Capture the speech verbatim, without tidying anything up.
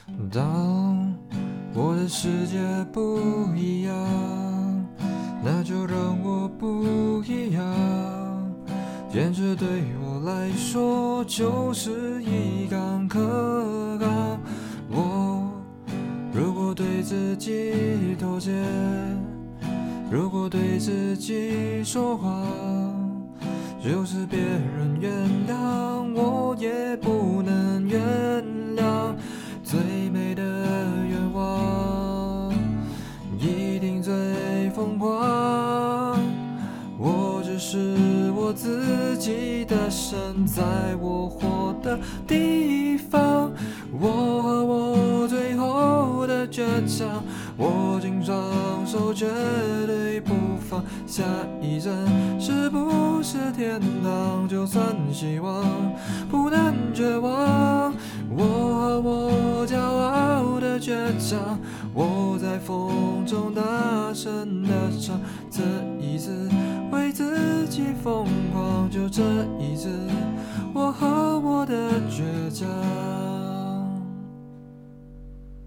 当我的世界不一样，那就让我不一样。坚持对我来说就是一杆可刚。我如果对自己妥协，如果对自己说谎，就是别人原谅我也不能原谅。最美的愿望一定最疯狂，我只是我自己的神，在我活的地方，我和我最后的倔强，握紧双手绝对不放。下一站是不是天堂？就算希望不能绝望，我和我骄傲的倔强，我在风中大声的唱，这一次为自己疯狂，就这一次，我和我的倔强。